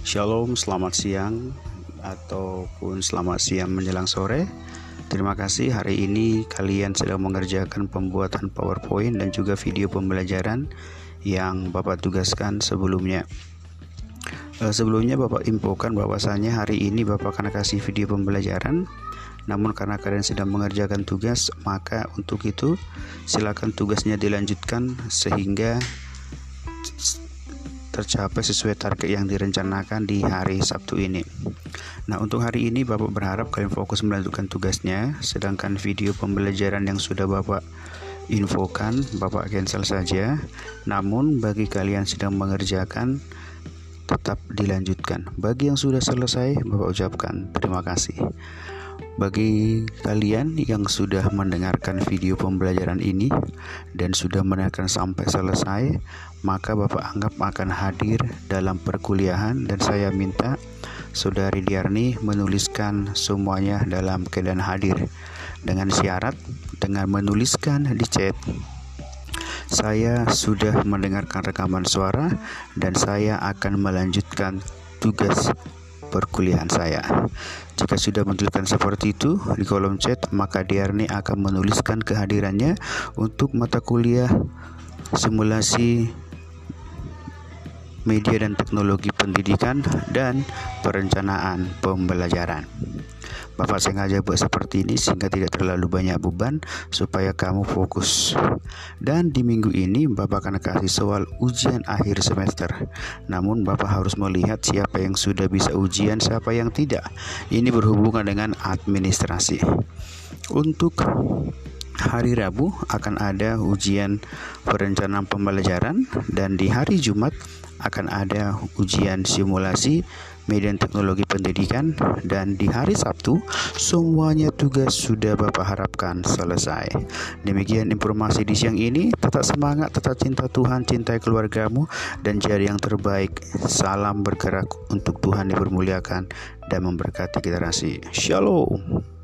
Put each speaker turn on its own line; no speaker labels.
Shalom, selamat siang ataupun selamat siang menjelang sore. Terima kasih hari ini kalian sedang mengerjakan pembuatan PowerPoint dan juga video pembelajaran yang Bapak tugaskan sebelumnya. Sebelumnya Bapak infokan bahwasannya hari ini Bapak akan kasih video pembelajaran. Namun karena kalian sedang mengerjakan tugas, maka untuk itu silakan tugasnya dilanjutkan sehingga tercapai sesuai target yang direncanakan di hari Sabtu ini. Nah, untuk hari ini Bapak berharap kalian fokus melanjutkan tugasnya, sedangkan video pembelajaran yang sudah Bapak infokan Bapak cancel saja. Namun bagi kalian sedang mengerjakan tetap dilanjutkan. Bagi yang sudah selesai Bapak ucapkan terima kasih. Bagi kalian yang sudah mendengarkan video pembelajaran ini dan sudah mendengarkan sampai selesai, maka Bapak anggap akan hadir dalam perkuliahan dan saya minta Saudari Diarni menuliskan semuanya dalam keadaan hadir dengan syarat dengan menuliskan di chat, saya sudah mendengarkan rekaman suara dan saya akan melanjutkan tugas perkuliahan saya. Jika sudah menuliskan seperti itu di kolom chat, maka Diarni akan menuliskan kehadirannya untuk mata kuliah simulasi media dan teknologi pendidikan dan perencanaan pembelajaran. Bapak sengaja buat seperti ini sehingga tidak terlalu banyak beban supaya kamu fokus. Dan di minggu ini Bapak akan kasih soal ujian akhir semester. Namun Bapak harus melihat siapa yang sudah bisa ujian, siapa yang tidak. Ini berhubungan dengan administrasi. Untuk hari Rabu akan ada ujian perencanaan pembelajaran dan di hari Jumat akan ada ujian simulasi media dan teknologi pendidikan, dan di hari Sabtu semuanya tugas sudah Bapak harapkan selesai. Demikian informasi di siang ini. Tetap semangat, tetap cinta Tuhan, cintai keluargamu dan jadi yang terbaik. Salam bergerak untuk Tuhan dipermuliakan dan memberkati generasi. Shalom.